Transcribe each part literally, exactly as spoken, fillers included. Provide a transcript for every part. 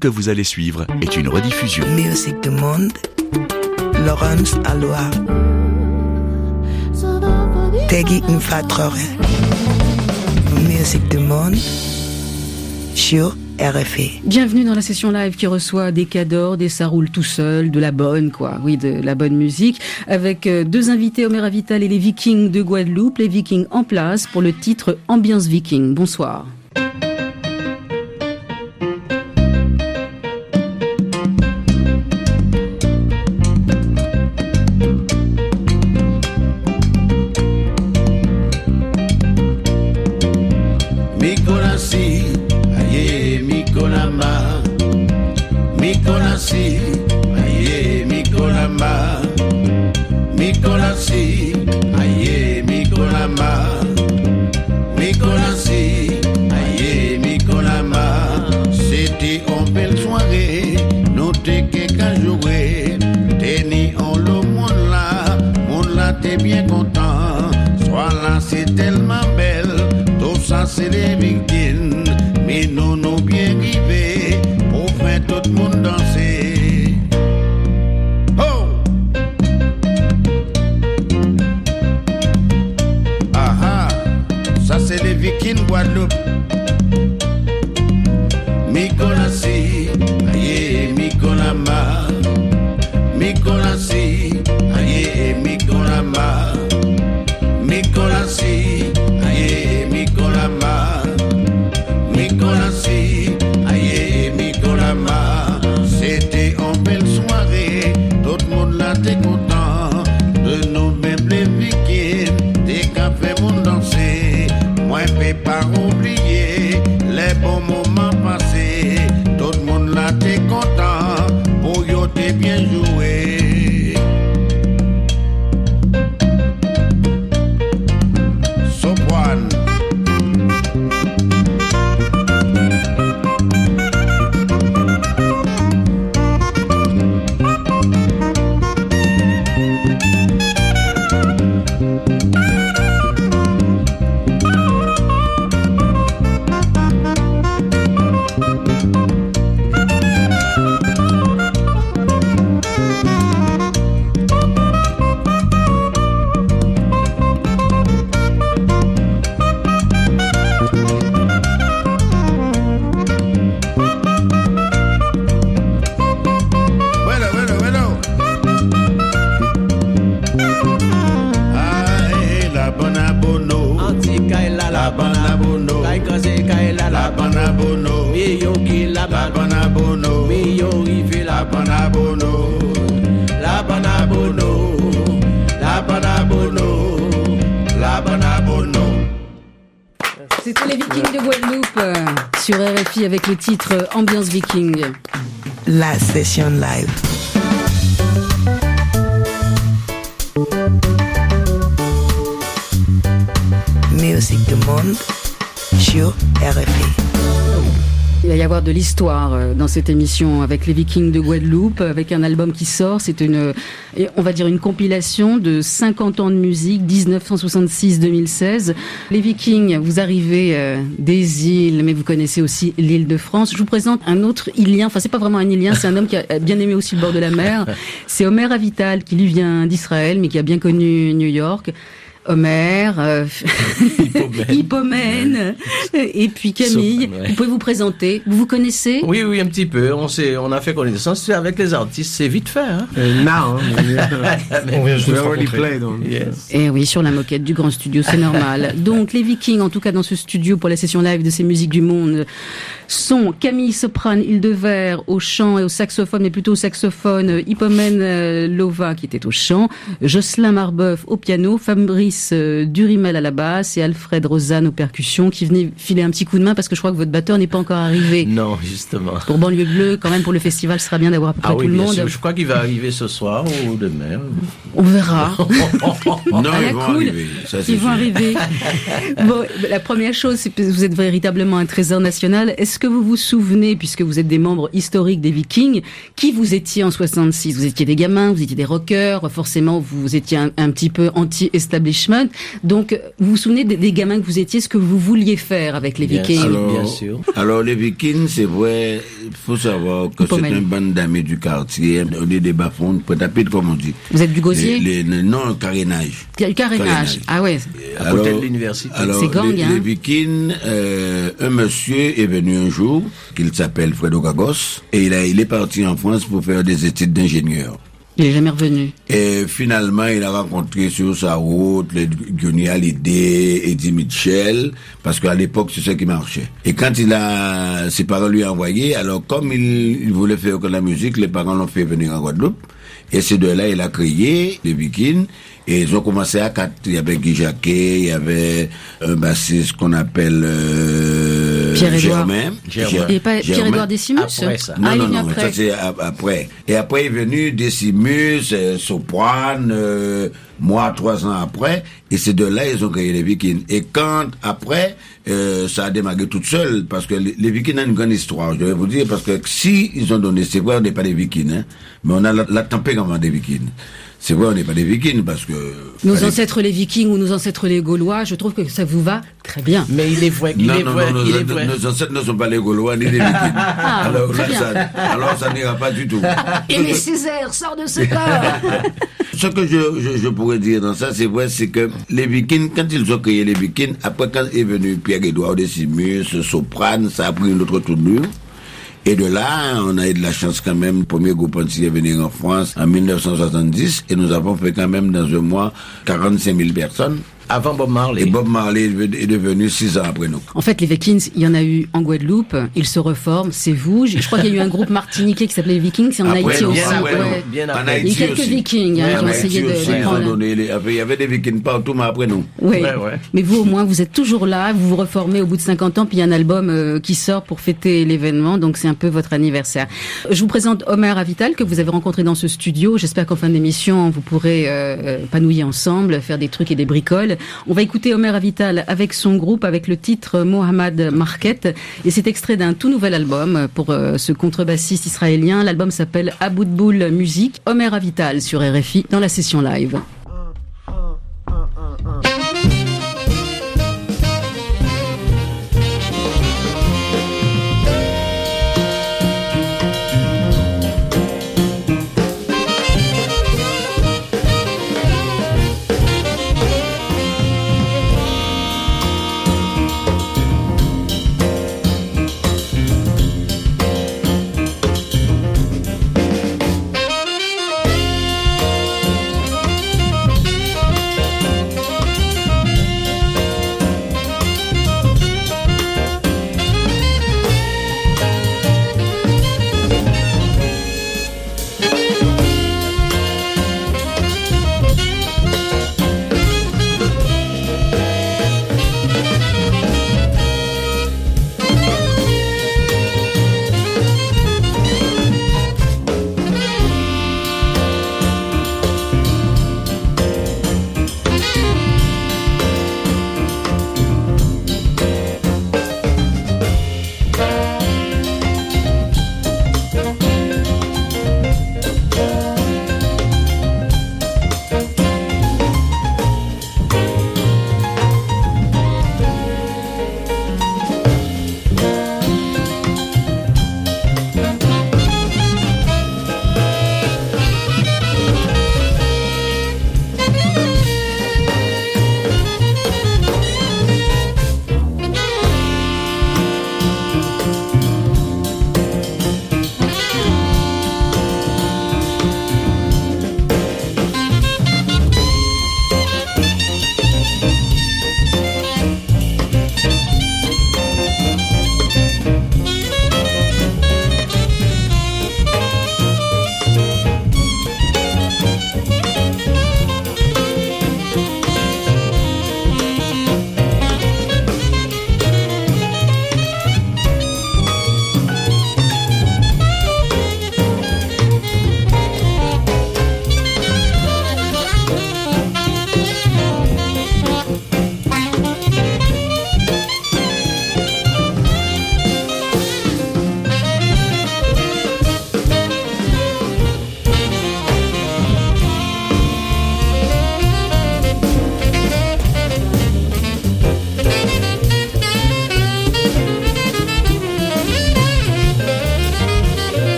que vous allez suivre est une rediffusion. Musique du monde, Laurence Aloha. Tegui Mfatrore. Musique du monde, sur R F I. Bienvenue dans la session live qui reçoit des cadors, des ça roule tout seul, de la bonne, quoi. Oui, de la bonne musique. Avec deux invités, Omer Avital et les Vikings de Guadeloupe. Les Vikings en place pour le titre Ambiance Viking. Bonsoir. C'est les victimes, mais nous nous bien arrivés pour faire tout le monde danser. Oh! Ah ah, ça c'est les Vikings Guadeloupe. Mikolasi, aïe, Mikolama. Mikolasi, aïe, Mikolama. Mikolasi, aïe, Mikolama. Mikolasi, aïe, Mikolama. C'était une belle soirée, tout le monde là t'es content. De nous-mêmes les Vikings, des cafés monde danser. Moi je peux pas oublier les bons moments passés. Tout le monde là t'es content, pour yo t'es bien joué. Soprano. C'était les Vikings de Guadeloupe euh, sur R F I avec le titre Ambiance Viking. La session live. Musique du monde sur R F I. Il va y avoir de l'histoire dans cette émission avec les Vikings de Guadeloupe, avec un album qui sort. C'est une, on va dire une compilation de cinquante ans de musique, dix-neuf cent soixante-six à deux mille seize. Les Vikings, vous arrivez euh, des îles, mais vous connaissez aussi l'île de France. Je vous présente un autre Ilien. Enfin, c'est pas vraiment un Ilien, c'est un homme qui a bien aimé aussi le bord de la mer. C'est Omer Avital, qui lui vient d'Israël, mais qui a bien connu New York. Omer, euh, Hippomène, Hippomène et puis Camille. So, ouais. Vous pouvez vous présenter. Vous vous connaissez? Oui, oui, un petit peu. On s'est, on a fait connaissance avec les artistes. C'est vite fait, hein. Euh, non, hein, on vient juste de se rencontrer. Yes. Et oui, sur la moquette du grand studio, c'est normal. Donc, les Vikings, en tout cas dans ce studio pour la session live de ces musiques du monde, sont Camille Soprane, Hildevert au chant et au saxophone, mais plutôt au saxophone, Hippomène euh, Lova qui était au chant, Jocelyn Marbeuf au piano, Fabrice euh, Durimel à la basse et Alfred Rosanne aux percussions qui venaient filer un petit coup de main parce que je crois que votre batteur n'est pas encore arrivé. Non, justement. Pour Banlieue Bleue, quand même pour le festival, ce sera bien d'avoir à peu près ah tout oui, le bien monde. Sûr. Je crois qu'il va arriver ce soir ou demain. On verra. Non, à la ils vont cool. arriver. Ça, c'est Ils vont sûr. arriver. Bon, la première chose, c'est que vous êtes véritablement un trésor national. Est-ce que vous vous souvenez, puisque vous êtes des membres historiques des Vikings, qui vous étiez en soixante-six? Vous étiez des gamins, vous étiez des rockers, forcément vous étiez un, un petit peu anti-establishment. establishment. Donc, vous vous souvenez des, des gamins que vous étiez, ce que vous vouliez faire avec les Bien Vikings? sûr, bien sûr. Alors, les Vikings, c'est vrai, il faut savoir que c'est une bande d'amis du quartier. On est des bas-fonds, prêt-à-pied, comme on dit. Vous êtes du gosier? Les, les, non, carénage. Il y a du carénage. carénage. Ah ouais. À alors, côté de l'université. Alors, c'est gang, les, hein. les Vikings, euh, un monsieur est venu un jour, qu'il s'appelle Fredo Gagos, et il, a, il est parti en France pour faire des études d'ingénieur. Il est jamais revenu. Et finalement, il a rencontré sur sa route les Johnny Hallyday, Eddie Mitchell, parce qu'à l'époque, c'est ça qui marchait. Et quand il a, ses parents lui ont envoyé, alors comme il, il voulait faire que la musique, les parents l'ont fait venir en Guadeloupe. Et ces deux-là, il a créé les Vikings. Et ils ont commencé à quatre. Il y avait Guy Jacquet, il y avait un bassiste qu'on appelle euh, Pierre-Édouard. Germain. Germain. Et pas Pierre-Édouard Décimus? Après ça. Non, ah, non, il est non, après. ça c'est après. Et après est venu Décimus, euh, Soprane, euh, moi trois ans après. Et ces deux-là, ils ont créé les Vikings. Et quand, après, euh, ça a démarré toute seule, parce que les, les Vikings ont une grande histoire, je vais vous dire, parce que si ils ont donné, c'est vrai, on n'est pas des Vikings, hein, mais on a la, la tempérament des Vikings. C'est vrai, on n'est pas des Vikings, parce que... Nos allez, ancêtres les Vikings ou nos ancêtres les Gaulois, je trouve que ça vous va très bien. Mais il est vrai, il non, est non, vrai, non, il nos, est vrai. nos ancêtres ne sont pas les Gaulois ni les Vikings. Ah, alors, très là, bien. ça, alors ça n'ira pas du tout. Aimé Césaire, sort de ce corps. Ce que je, je, je pourrais dire dans ça, c'est vrai, c'est que les Vikings, quand ils ont créé les Vikings, après quand est venu Pierre-Édouard Décimus, Soprane, ça a pris une autre tournure. Et de là, on a eu de la chance quand même, le premier groupe entier est venu en France en mille neuf cent soixante-dix, et nous avons fait quand même dans un mois quarante-cinq mille personnes. Avant Bob Marley. Et Bob Marley est devenu six ans après nous. En fait, les Vikings, il y en a eu en Guadeloupe, ils se reforment, c'est vous. Je crois qu'il y a eu un groupe martiniquais qui s'appelait les Vikings, c'est en Après, Haïti non, aussi. après, non, Ouais. bien En après. Haïti Il y a quelques aussi. Vikings hein, Ouais, qui en ont Haïti essayé de, aussi, de ils prendre. ont donné les- il y avait des Vikings partout, mais après nous. Ouais. Ouais, ouais. Mais vous, au moins, vous êtes toujours là, vous vous reformez au bout de cinquante ans, puis il y a un album euh, qui sort pour fêter l'événement, donc c'est un peu votre anniversaire. Je vous présente Omer Avital, que vous avez rencontré dans ce studio. J'espère qu'en fin d'émission, vous pourrez euh, panouiller ensemble, faire des trucs et des bricoles. On va écouter Omer Avital avec son groupe, avec le titre Mohamed Market, et c'est extrait d'un tout nouvel album pour euh, ce contrebassiste israélien. L'album s'appelle Aboudboul Musique. Omer Avital sur R F I dans la session live. Thank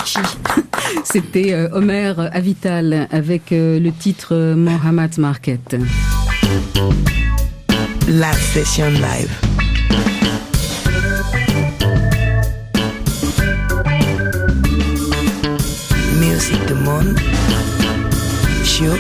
qui. C'était euh, Omer Avital avec euh, le titre euh, Mohamed Market. La session live. Musique du monde sur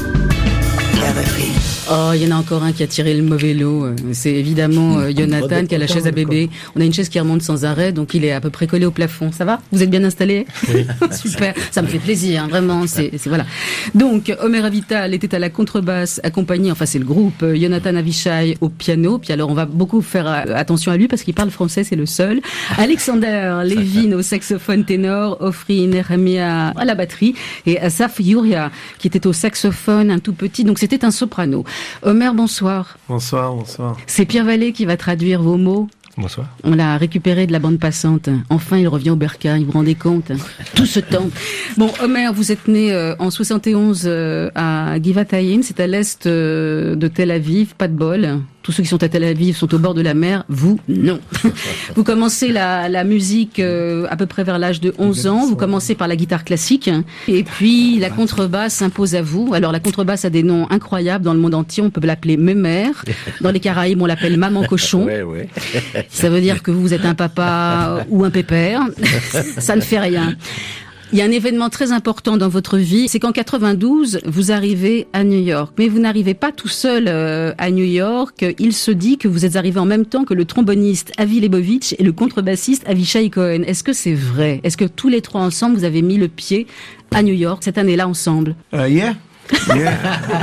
R F I. Oh, il y en a encore un qui a tiré le mauvais lot. C'est évidemment euh, Jonathan qui a la chaise à bébé. On a une chaise qui remonte sans arrêt, donc il est à peu près collé au plafond. Ça va ? Vous êtes bien installé ? Oui. Super. Ça me fait plaisir, hein, vraiment. C'est, c'est voilà. Donc, Omer Avital était à la contrebasse, accompagné, enfin c'est le groupe, euh, Jonathan Avishai au piano. Puis alors, on va beaucoup faire euh, attention à lui parce qu'il parle français, c'est le seul. Alexander Levin au saxophone ténor, Ofri Nehemia à la batterie et Asaf Yuria qui était au saxophone, un tout petit. Donc c'était un soprano. Omer, bonsoir. Bonsoir, bonsoir. C'est Pierre Vallée qui va traduire vos mots. Bonsoir. On l'a récupéré de la bande passante. Enfin, il revient au bercail, vous vous rendez compte ? Tout ce temps. Bon, Omer, vous êtes né euh, en soixante et onze euh, à Givatayim, c'est à l'est euh, de Tel Aviv, pas de bol. Tous ceux qui sont à Tel Aviv sont au bord de la mer, vous, non. Vous commencez la, la musique euh, à peu près vers l'âge de onze ans, vous commencez par la guitare classique, et puis la contrebasse s'impose à vous. Alors la contrebasse a des noms incroyables dans le monde entier, on peut l'appeler mémère, dans les Caraïbes on l'appelle maman cochon. Ouais, ouais. Ça veut dire que vous êtes un papa ou un pépère, ça ne fait rien. Il y a un événement très important dans votre vie, c'est qu'en quatre-vingt-douze, vous arrivez à New York. Mais vous n'arrivez pas tout seul euh, à New York. Il se dit que vous êtes arrivé en même temps que le tromboniste Avi Lebovitch et le contrebassiste Avishai Cohen. Est-ce que c'est vrai ? Est-ce que tous les trois ensemble, vous avez mis le pied à New York cette année-là ensemble ? Uh, yeah. Yeah,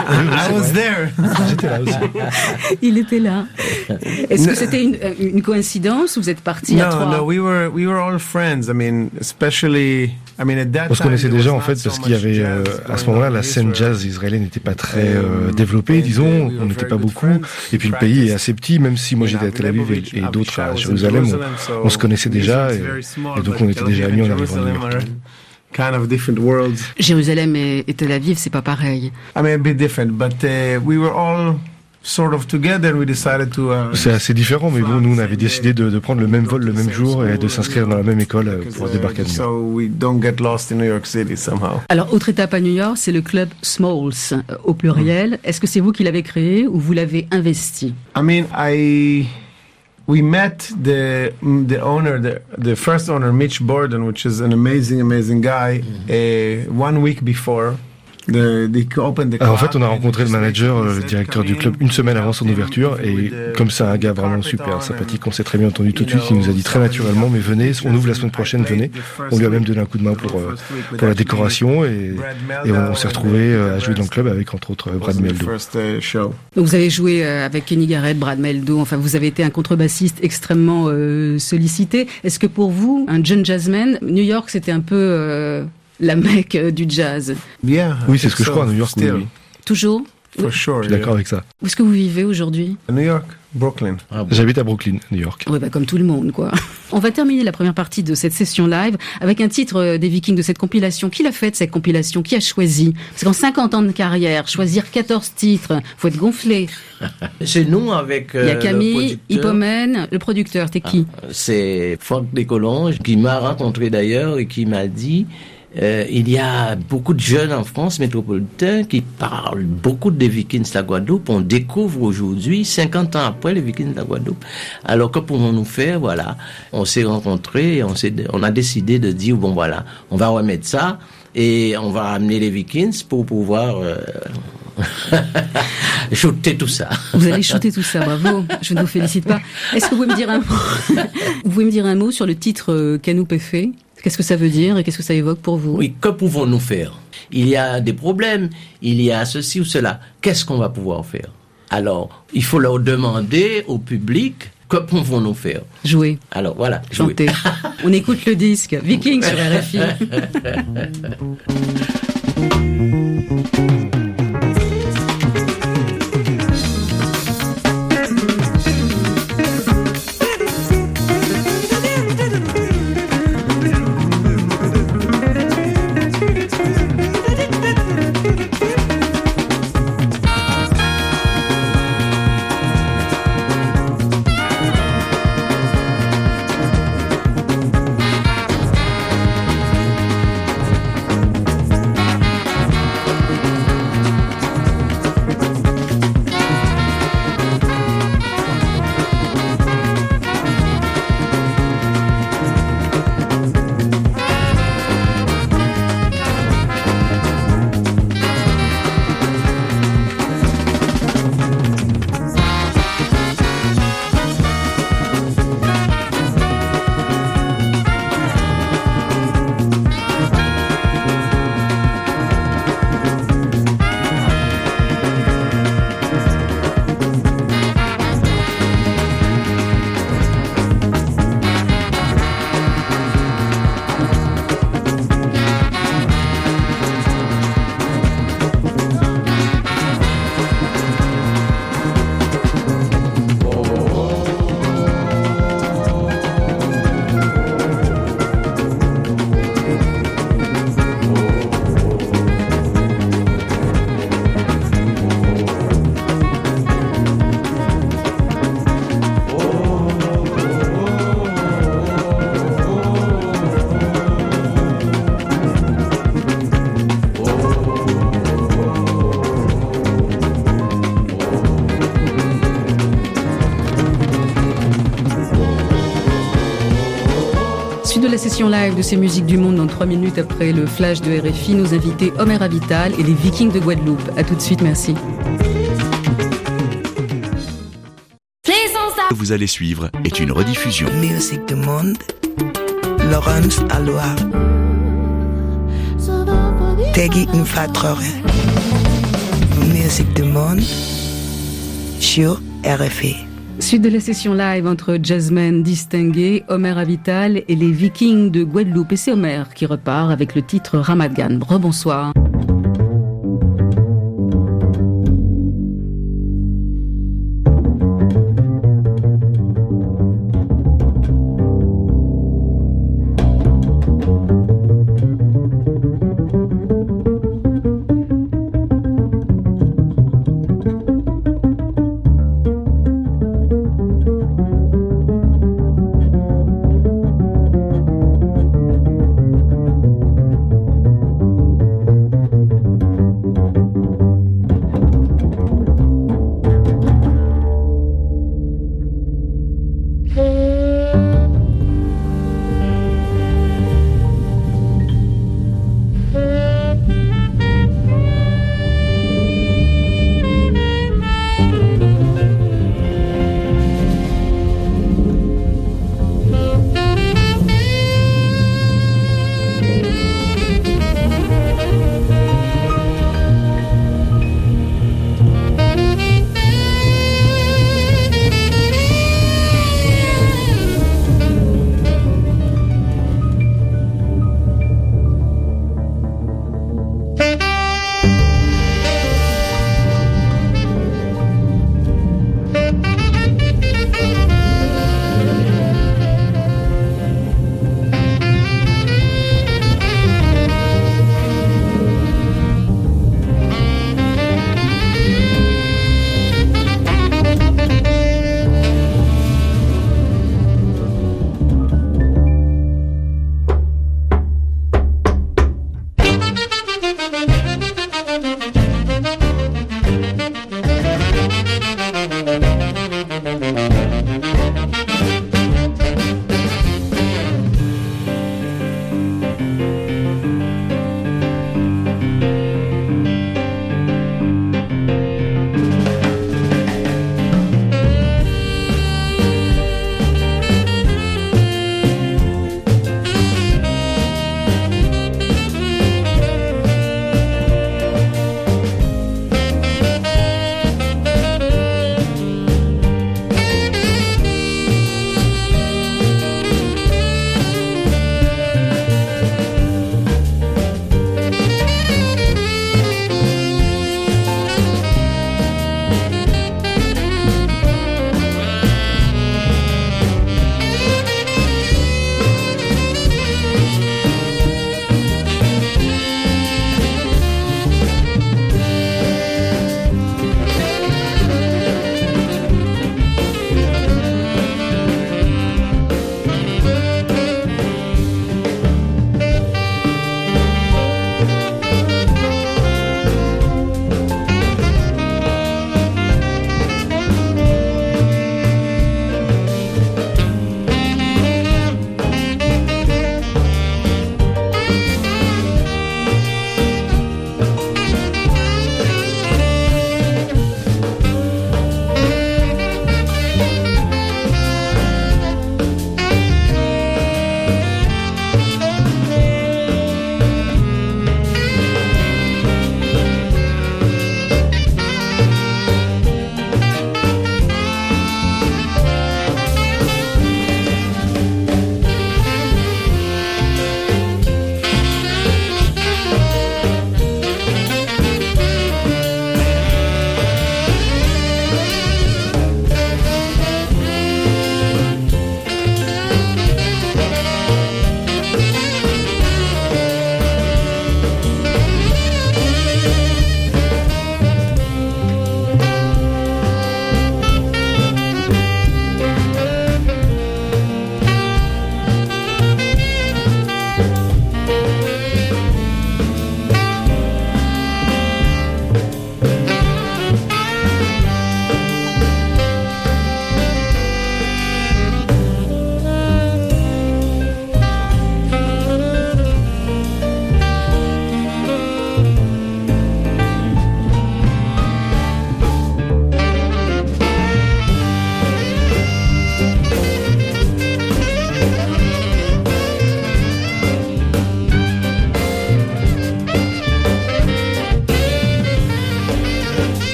I was there. J'étais là aussi. Il était là. Est-ce que c'était une, une coïncidence ou vous êtes partis no, à trois ? No, we were we were all friends. I mean, especially. I mean, at that On se connaissait time, déjà there en was fait not parce so qu'il y much avait jazz euh, à ce going moment-là on la in scène Israel. jazz israélienne n'était pas très Um, euh, développée, and disons, we were on n'était very pas good beaucoup. friends. Et puis le pays est assez petit, même si moi j'étais à Tel Aviv et, et d'autres à Jérusalem, on, on se connaissait déjà et, et donc on était déjà amis en arrivant à New York. Kind of different worlds. Jérusalem et, et Tel Aviv, c'est pas pareil. I mean, a bit different, but uh, we were all sort of together. We decided to. Uh, C'est assez différent, mais bon, nous on avait décidé de, de prendre le même vol le même jour et de s'inscrire dans la même école euh, pour débarquer à New York. So we don't get lost in New York City somehow. Alors, autre étape à New York, c'est le club Smalls, euh, au pluriel. Mm. Est-ce que c'est vous qui l'avez créé ou vous l'avez investi ? I mean, I. We met the the owner, the the first owner, Mitch Borden, which is an amazing, amazing guy. Mm-hmm. uh, one week before, the, they opened the club. Alors en fait, on a rencontré le manager, le directeur du club, une semaine avant son ouverture, et comme c'est un gars vraiment super sympathique, on s'est très bien entendu tout de suite. Il nous a dit très naturellement, mais venez, on ouvre la semaine prochaine, venez. On lui a même donné un coup de main pour euh, pour la décoration, et, et on, on s'est retrouvé à jouer dans le club avec entre autres Brad Meldo. Donc vous avez joué avec Kenny Garrett, Brad Meldo. Enfin, vous avez été un contrebassiste extrêmement euh, sollicité. Est-ce que pour vous, un jeune jazzman, New York, c'était un peu euh, la Mecque euh, du jazz? Yeah, oui, c'est ce que je crois à New York. Oui, oui. Toujours? For sure, je suis d'accord yeah. avec ça. Où est-ce que vous vivez aujourd'hui? New York, Brooklyn. Ah bon. J'habite à Brooklyn, New York. Oui, bah, comme tout le monde, quoi. On va terminer la première partie de cette session live avec un titre des Vikings de cette compilation. Qui l'a fait, cette compilation? Qui a choisi? Parce qu'en cinquante ans de carrière, choisir quatorze titres, faut être gonflé. C'est nous avec euh, il y a Camille, Hippomène, le producteur, t'es qui? Ah, c'est Franck Descolonges qui m'a rencontré d'ailleurs et qui m'a dit euh, il y a beaucoup de jeunes en France métropolitaine qui parlent beaucoup des Vikings de la Guadeloupe. On découvre aujourd'hui, cinquante ans après, les Vikings de la Guadeloupe. Alors que pouvons-nous faire? Voilà, on s'est rencontrés et on, s'est, on a décidé de dire bon voilà, on va remettre ça et on va amener les Vikings pour pouvoir euh, shooter tout ça. Vous allez shooter tout ça, bravo. Je ne vous félicite pas. Est-ce que vous pouvez me dire un mot Vous pouvez me dire un mot sur le titre Canoop F A? Qu'est-ce que ça veut dire et qu'est-ce que ça évoque pour vous? Oui, que pouvons-nous faire? Il y a des problèmes, il y a ceci ou cela. Qu'est-ce qu'on va pouvoir faire? Alors, il faut leur demander au public, que pouvons-nous faire? Jouer. Alors, voilà, chanter. On écoute le disque. Viking sur R F I. de la session live de ces musiques du monde dans trois minutes après le flash de R F I. Nos invités Omer Avital et les Vikings de Guadeloupe. À tout de suite, merci. Ce que vous allez suivre est une rediffusion. Musique du monde, Laurence Aloha. Tegui Mfatrore. Musique du monde sur R F I. Suite de la session live entre jazzmen distingués, Omer Avital et les Vikings de Guadeloupe. Et c'est Omer qui repart avec le titre Ramadan. Rebonsoir.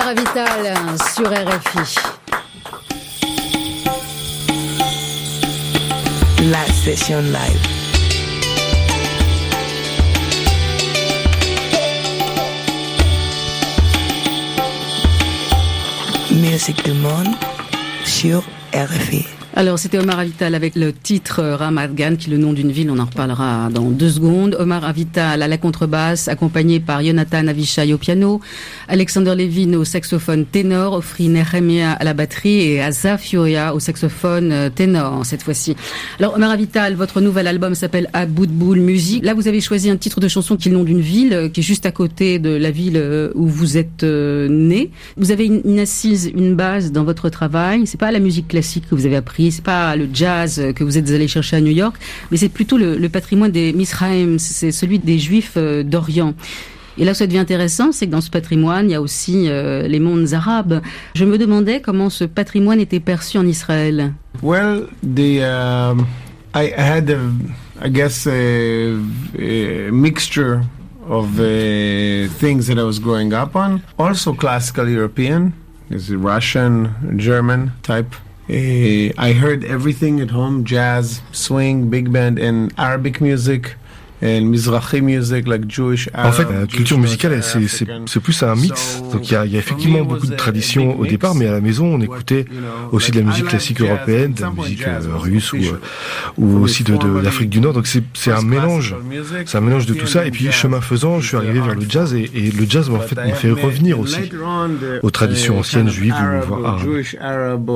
Omar Avital sur R F I. La session live. Musique du monde sur R F I. Alors, c'était Omar Avital avec le titre Ramat Gan, qui est le nom d'une ville, on en reparlera dans deux secondes. Omar Avital à la contrebasse, accompagné par Jonathan Avishai au piano, Alexander Levin au saxophone ténor, Ofri Nehemia à la batterie et Azaf Furia au saxophone ténor, cette fois-ci. Alors, Omar Avital, votre nouvel album s'appelle Aboudboul Musique. Là, vous avez choisi un titre de chanson qui est le nom d'une ville, qui est juste à côté de la ville où vous êtes né. Vous avez une, une assise, une base dans votre travail. C'est pas la musique classique que vous avez appris, c'est pas le jazz que vous êtes allé chercher à New York, mais c'est plutôt le, le patrimoine des Misraïm, c'est celui des Juifs d'Orient. Et là où ça devient intéressant, c'est que dans ce patrimoine, il y a aussi euh, les mondes arabes. Je me demandais comment ce patrimoine était perçu en Israël. Well, the um, I had, a, I guess, a, a mixture of uh, things that I was growing up on. Also classical European, is Russian, German type. Uh, I heard everything at home: jazz, swing, big band, and Arabic music. And Mizrahi music, like Jewish, Arab, en fait, la culture musicale, c'est, c'est, c'est plus un mix. Donc, il y a, il y a effectivement beaucoup de traditions au départ, mais à la maison, on écoutait aussi de la musique classique européenne, de la musique euh, russe ou, ou aussi de, de l'Afrique du Nord. Donc, c'est, c'est un mélange. C'est un mélange de tout ça. Et puis, chemin faisant, je suis arrivé vers le jazz et, et le jazz, en fait, m'a fait revenir aussi aux traditions anciennes juives ou voire arabes.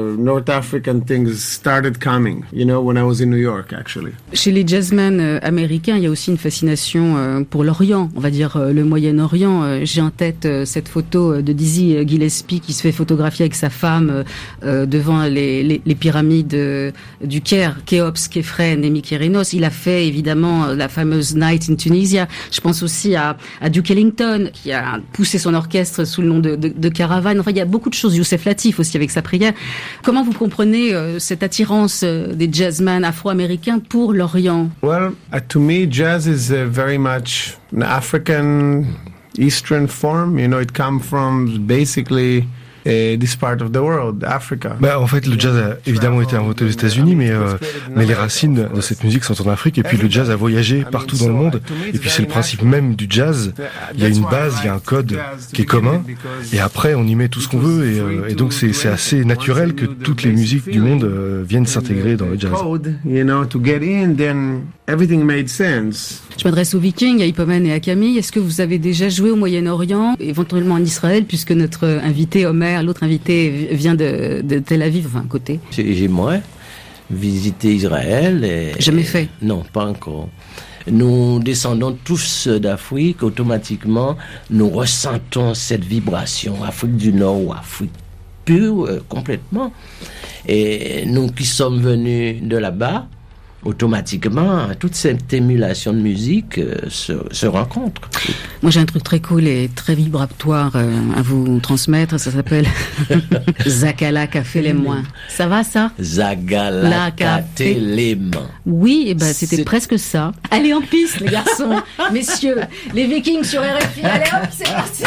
Chez les jazzmen euh, américains, il y a aussi une fascination euh, pour l'Orient, on va dire euh, le Moyen-Orient. Euh, j'ai en tête euh, cette photo de Dizzy Gillespie qui se fait photographier avec sa femme euh, devant les, les, les pyramides euh, du Caire, Khéops, Képhren et Mykérinos. Il a fait évidemment la fameuse Night in Tunisia. Je pense aussi à, à Duke Ellington qui a poussé son orchestre sous le nom de, de, de Caravane. Enfin, il y a beaucoup de choses. Youssef Latif aussi avec sa prière. Comment vous comprenez euh, cette attirance euh, des jazzmen afro-américains pour l'Orient? Well, uh, to me, jazz is uh, very much an African Eastern form. You know, it comes from basically uh, this part of the world, Africa. Bah, en fait, le jazz a évidemment été inventé aux États-Unis, mais euh, mais les racines de cette musique sont en Afrique. Et puis le jazz a voyagé partout dans le monde. Et puis c'est le principe même du jazz. Il y a une base, il y a un code qui est commun. Et après, on y met tout ce qu'on veut. Et, euh, et donc c'est c'est assez naturel que toutes les musiques du monde euh, viennent s'intégrer dans le jazz. You know, to get in, then everything made sense. Je m'adresse aux Vikings, à Hippomen et à Camille. Est-ce que vous avez déjà joué au Moyen-Orient, éventuellement en Israël, puisque notre invité, Omer, l'autre invité, vient de, de Tel Aviv, enfin, côté? J'ai, j'ai moi visité Israël. Et, Jamais fait? Et, non, pas encore. Nous descendons tous d'Afrique, automatiquement, nous ressentons cette vibration, Afrique du Nord ou Afrique pure, euh, complètement. Et nous qui sommes venus de là-bas, automatiquement, toute cette émulation de musique euh, se, se rencontre. Moi, j'ai un truc très cool et très vibratoire euh, à vous transmettre. Ça s'appelle Zakala Café les moins. Ça va, ça? Zagala Café les mains. Oui, et ben, c'était c'est... presque ça. Allez, en piste, les garçons, messieurs, les Vikings sur R F I. Allez, hop, c'est parti.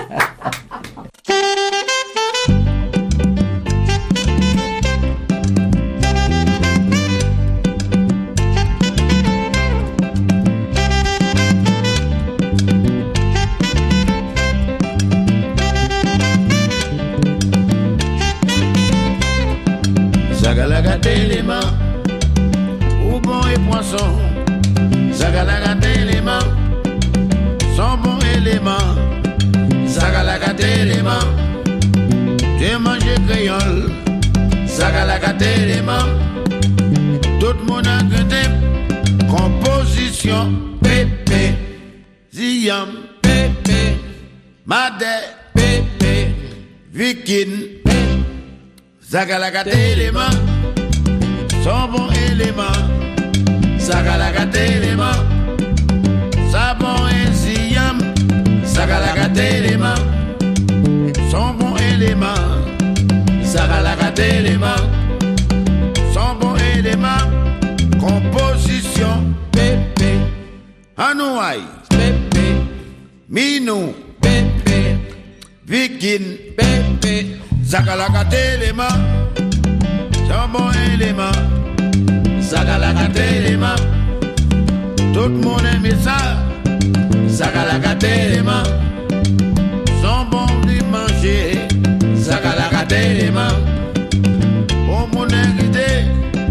Zagalagate les mains, ou bon et poisson. Zagalagate les mains, sans bon élément. Zagalagate les mains, tu manges créole. Zagalagate les mains, tout le monde a gâté. Composition, pépé, Ziam, pépé, Madé, pépé, Viking. Zagalagate élément, son bon élément. Zagalagate élément, sa bon Ziam. Zagalagate élément, son bon élément. Zagalagate élément, son bon élément. Composition, pépé, Anouaï, pépé, Minou, pépé, Viking, Pepe, Zagalagate élément, jambon élément, Zagalagate élément, tout le monde aime ça, Zagalagate élément, sont bons de manger, Zagalagate élément, bon mon invité.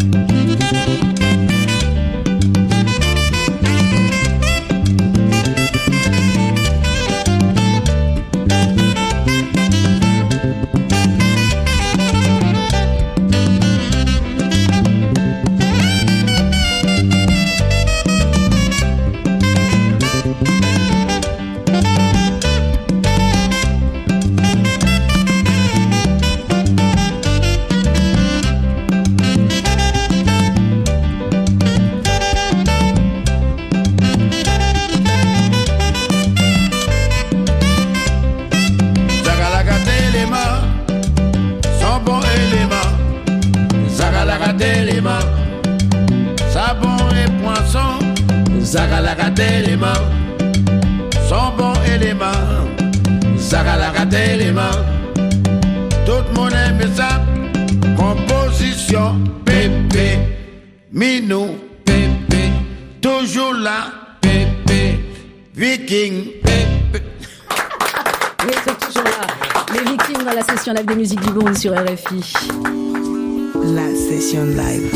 Zagalagate élément, son bon élément, Zagalagate élément, tout le monde aime ça, composition, Pépé, Minou, Pépé, toujours là, Pépé, Viking, Pépé. Oui, c'est toujours là, les Vikings dans la session live de musique du monde sur R F I. La session live.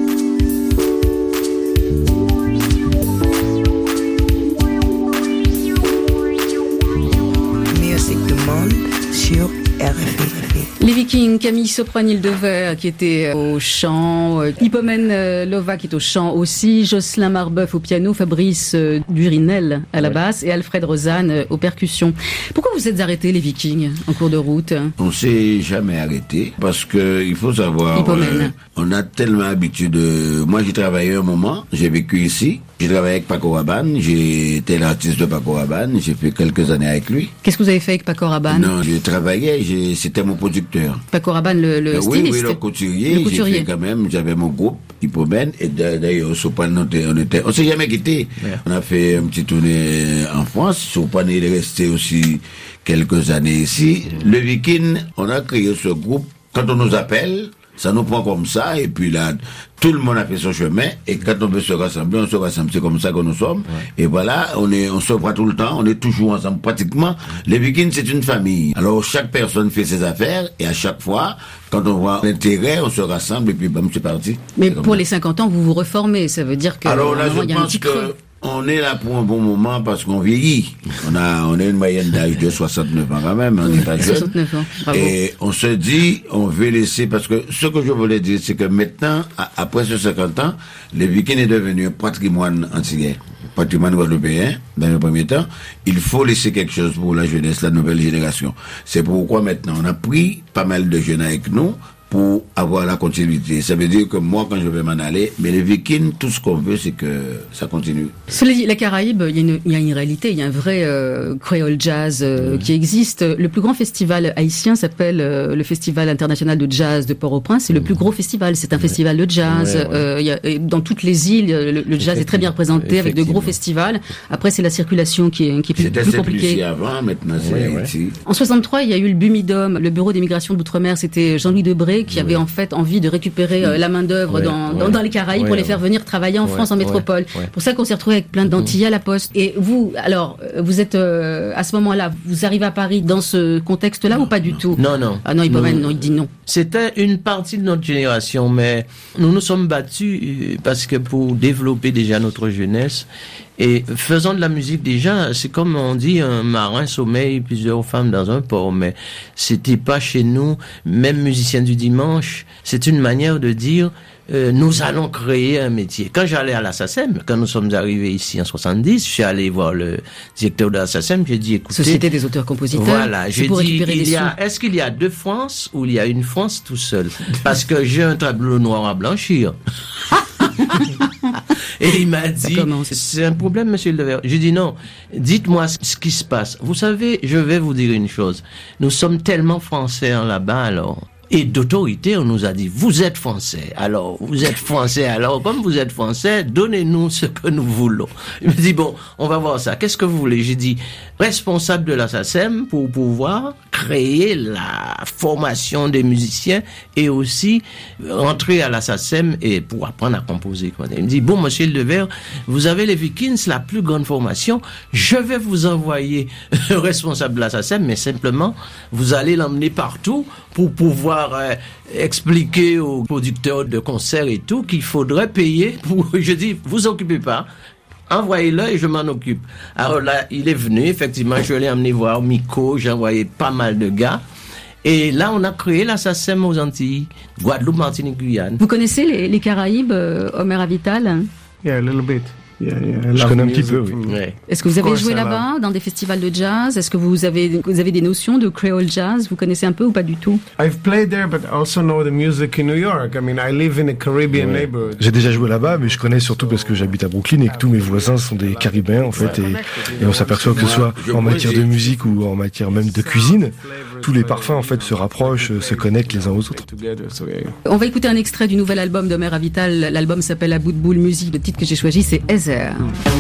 Sur R F I. Les Vikings, Camille Sopranil-Devers qui était au chant, Hippomène Lova qui est au chant aussi, Jocelyn Marbeuf au piano, Fabrice Durinel à la basse et Alfred Rosanne aux percussions. Pourquoi vous êtes arrêtés les Vikings en cours de route? On s'est jamais arrêté parce que il faut savoir, euh, on a tellement l'habitude de... Moi j'ai travaillé un moment, j'ai vécu ici. J'ai travaillé avec Paco Rabanne, j'ai été l'artiste de Paco Rabanne, j'ai fait quelques années avec lui. Qu'est-ce que vous avez fait avec Paco Rabanne? Non, je travaillais, j'ai, c'était mon producteur. Paco Rabanne, le, le euh, styliste? Oui, oui, le couturier, le couturier. J'ai fait quand même, j'avais mon groupe, Hippomène, et d'ailleurs, Soprano, on était, on était, on s'est jamais quitté. Yeah. On a fait un petit tournée en France, Soprano, il est resté aussi quelques années ici. Le Viking, on a créé ce groupe, quand on nous appelle, ça nous prend comme ça, et puis là, tout le monde a fait son chemin, et quand on veut se rassembler, on se rassemble, c'est comme ça que nous sommes. Ouais. Et voilà, on est, on se voit tout le temps, on est toujours ensemble, pratiquement. Les Vikings, c'est une famille. Alors, chaque personne fait ses affaires, et à chaque fois, quand on voit l'intérêt, on se rassemble, et puis bam, c'est parti. Mais c'est pour ça. Les cinquante ans, vous vous reformez, ça veut dire que, alors là, il y a un petit que... creux. On est là pour un bon moment parce qu'on vieillit. On a, on a une moyenne d'âge de soixante-neuf ans quand même, on n'est pas jeune. soixante-neuf ans, bravo. Et on se dit, on veut laisser, parce que ce que je voulais dire, c'est que maintenant, après ces cinquante ans, les Vikings est devenu un patrimoine antillais, patrimoine guadeloupéen, dans le premier temps. Il faut laisser quelque chose pour la jeunesse, la nouvelle génération. C'est pourquoi maintenant, on a pris pas mal de jeunes avec nous, pour avoir la continuité. Ça veut dire que moi, quand je vais m'en aller, mais les Vikings, tout ce qu'on veut, c'est que ça continue. Cela dit, la Caraïbe, il y a une, il y a une réalité, il y a un vrai euh, créole jazz euh, mmh. qui existe. Le plus grand festival haïtien s'appelle euh, le Festival international de jazz de Port-au-Prince. C'est mmh. le plus gros festival. C'est un ouais. festival de jazz. Ouais, ouais. Euh, il y a, dans toutes les îles, le, le jazz est très bien représenté avec de gros festivals. Après, c'est la circulation qui est, qui est plus, plus compliquée. C'était avant, maintenant c'est ouais, Haïti. Ouais. En soixante-trois, il y a eu le Bumidum, le bureau d'émigration d'outre-mer. C'était Jean-Louis Debré qui avait ouais. en fait envie de récupérer euh, la main-d'œuvre ouais, dans, ouais, dans, dans les Caraïbes ouais, pour les faire venir travailler en ouais, France, en métropole. Ouais, ouais. Pour ça qu'on s'est retrouvé avec plein d'Antillais à la poste. Et vous, alors, vous êtes euh, à ce moment-là, vous arrivez à Paris dans ce contexte-là non, ou pas du non. tout? Non, non. Ah non, il peut même, non, il dit non. C'était une partie de notre génération, mais nous nous sommes battus parce que pour développer déjà notre jeunesse, et faisant de la musique déjà, c'est comme on dit, un marin sommeille plusieurs femmes dans un port, mais c'était pas chez nous, même musicien du dimanche, c'est une manière de dire, euh, nous allons créer un métier. Quand j'allais à la S A C E M, quand nous sommes arrivés ici en soixante-dix, je suis allé voir le directeur de la S A C E M, j'ai dit, écoutez... Société des auteurs-compositeurs. Voilà, j'ai dit, il y a, est-ce qu'il y a deux France ou il y a une France tout seul? Parce que j'ai un tableau noir à blanchir. Et il m'a dit, c'est un problème, monsieur Devers. J'ai dit non, dites-moi ce qui se passe. Vous savez, je vais vous dire une chose. Nous sommes tellement français là-bas, alors. Et d'autorité, on nous a dit, vous êtes français. Alors, vous êtes français. Alors, comme vous êtes français, donnez-nous ce que nous voulons. Il me dit, bon, on va voir ça. Qu'est-ce que vous voulez? J'ai dit, responsable de la S A C E M pour pouvoir créer la formation des musiciens et aussi entrer à la S A C E M et pour apprendre à composer. Quoi. Il me dit, bon, monsieur Levert, vous avez les Vikings, la plus grande formation. Je vais vous envoyer le responsable de la S A C E M, mais simplement, vous allez l'emmener partout pour pouvoir euh, expliquer aux producteurs de concerts et tout qu'il faudrait payer pour, je dis, vous occupez pas, envoyez-le et je m'en occupe. Alors là, il est venu, effectivement, je l'ai emmené voir Miko, j'ai envoyé pas mal de gars. Et là, on a créé la S A C E M aux Antilles, Guadeloupe, Martinique, Guyane. Vous connaissez les, les Caraïbes, euh, Omer Avital? Yeah, a little bit. Yeah, yeah. Je connais un petit peu, oui. Ouais. Est-ce que vous avez joué là-bas, dans des festivals de jazz? Est-ce que vous avez, vous avez des notions de creole jazz? Vous connaissez un peu ou pas du tout? I've played there, but I also know the music in New York. I mean, I live in a Caribbean ouais. neighborhood. J'ai déjà joué là-bas, mais je connais surtout parce que j'habite à Brooklyn et que tous mes voisins sont des Caribéens, en fait, et, et on s'aperçoit que ce soit en matière de musique ou en matière même de cuisine, tous les parfums, en fait, se rapprochent, se connectent les uns aux autres. On va écouter un extrait du nouvel album d'Omer Avital. L'album s'appelle À bout de boule musique. Le titre que j'ai choisi, c'est Heather.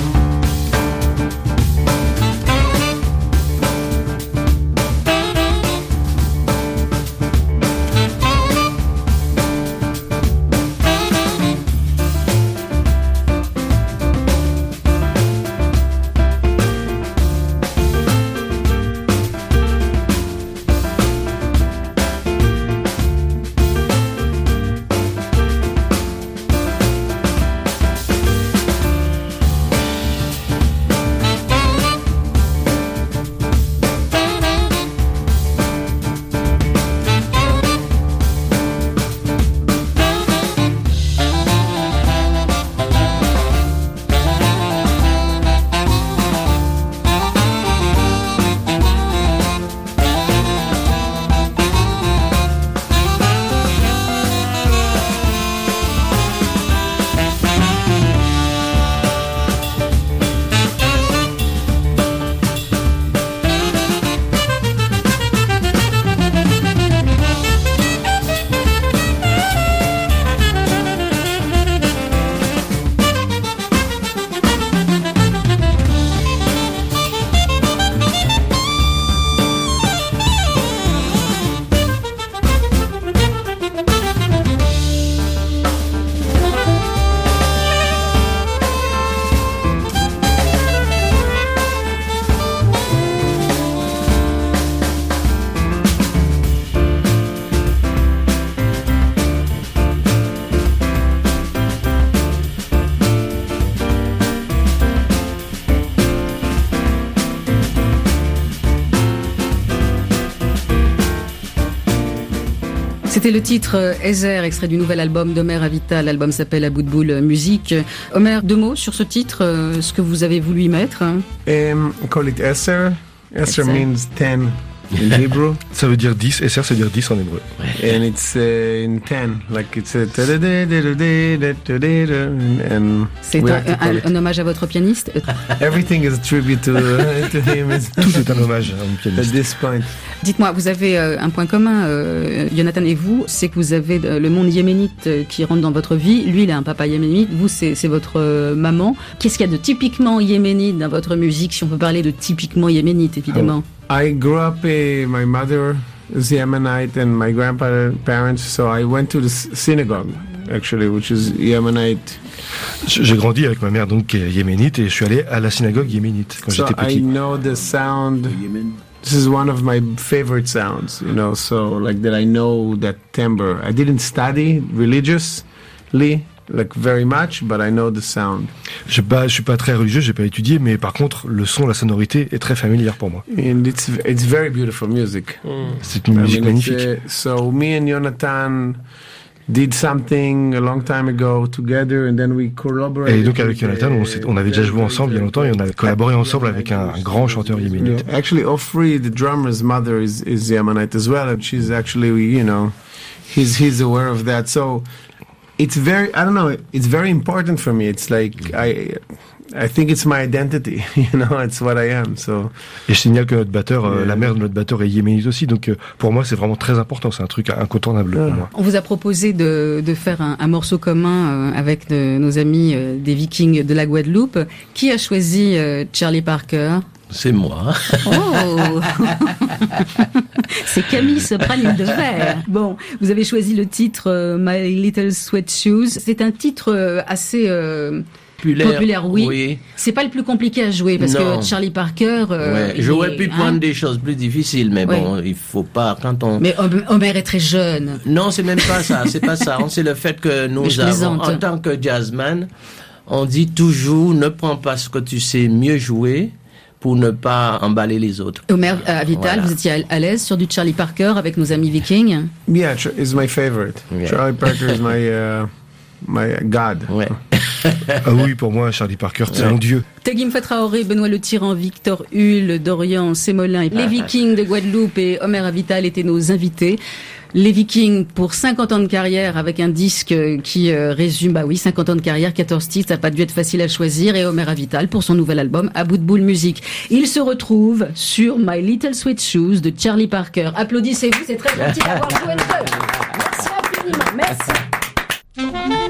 C'était le titre Heather, extrait du nouvel album d'Omer Avital. L'album s'appelle À bout de boule musique. Omer, deux mots sur ce titre, ce que vous avez voulu y mettre. Um, I call it Heather. Heather means ten in Hebrew. Ça veut dire dix, Heather ça veut dire dix en hébreu. And it's uh, in ten, like it's a and c'est un, un, un hommage à votre pianiste. Everything is a tribute to, uh, to him. Tout est un hommage à un pianiste. At this point. Dites-moi, vous avez euh, un point commun, euh, Jonathan et vous, c'est que vous avez le monde yéménite euh, qui rentre dans votre vie. Lui, il a un papa yéménite, vous, c'est, c'est votre euh, maman. Qu'est-ce qu'il y a de typiquement yéménite dans votre musique, si on peut parler de typiquement yéménite, évidemment? I grew up, uh, my mother is Yemenite and my grandparents, so I went to the synagogue, actually, which is Yemenite. J'ai grandi avec ma mère, donc, qui est yéménite, et je suis allé à la synagogue yéménite quand so j'étais petit. I know the sound. This is one of my favorite sounds, you know, so like that I know that timbre. I didn't study religiously, like very much, but I know the sound. Je ne suis pas très religieux, j'ai pas étudié, mais par contre, le son, la sonorité est très familière pour moi. And it's it's very beautiful music. Mm. C'est une musique I mean, magnifique. Uh, so me and Jonathan did something a long time ago together, and then we collaborated. Et donc avec Jonathan, on, on avait déjà joué ensemble il y a longtemps et on a collaboré ensemble avec un, un grand chanteur yéménite. Yeah, actually, Ofri, the drummer's mother, is is Yemenite as well, and she's actually, you know, he's he's aware of that. So it's very, I don't know, it's very important for me. It's like, I, I think it's my identity, you know, it's what I am, so. Et je signale que notre batteur, euh, la mère de notre batteur est yéménite aussi, donc euh, pour moi c'est vraiment très important, c'est un truc incontournable pour moi. On vous a proposé de, de faire un, un morceau commun euh, avec de, nos amis euh, des Vikings de la Guadeloupe. Qui a choisi euh, Charlie Parker? C'est moi. Oh c'est Camille Sopraline de Verre. Bon, vous avez choisi le titre euh, My Little Sweat Shoes. C'est un titre euh, assez... Euh, Populaire, populaire oui. oui. C'est pas le plus compliqué à jouer parce non. que Charlie Parker. Euh, ouais. J'aurais pu hein? prendre des choses plus difficiles, mais ouais. bon, il faut pas quand on. Mais Homer est très jeune. Non, c'est même pas ça. C'est pas ça. C'est le fait que nous avons, en tant que jazzman, on dit toujours ne prends pas ce que tu sais mieux jouer pour ne pas emballer les autres. Homer euh, Avital, voilà. Vous étiez à l'aise sur du Charlie Parker avec nos amis Vikings? Yeah, it's my favorite. Yeah. Charlie Parker is my uh, my god. Ouais. Ah oui, pour moi, Charlie Parker, c'est mon dieu. Tegim Traoré, Benoît Le Tyran, Victor Hull, Dorian Sémolin, les Vikings de Guadeloupe et Homer Avital étaient nos invités. Les Vikings pour cinquante ans de carrière avec un disque qui euh, résume, bah oui, cinquante ans de carrière, quatorze titres, ça n'a pas dû être facile à choisir, et Homer Avital pour son nouvel album À bout de boule musique. Il se retrouve sur My Little Sweat Shoes de Charlie Parker. Applaudissez-vous, c'est très gentil d'avoir joué le jeu. Merci infiniment, merci.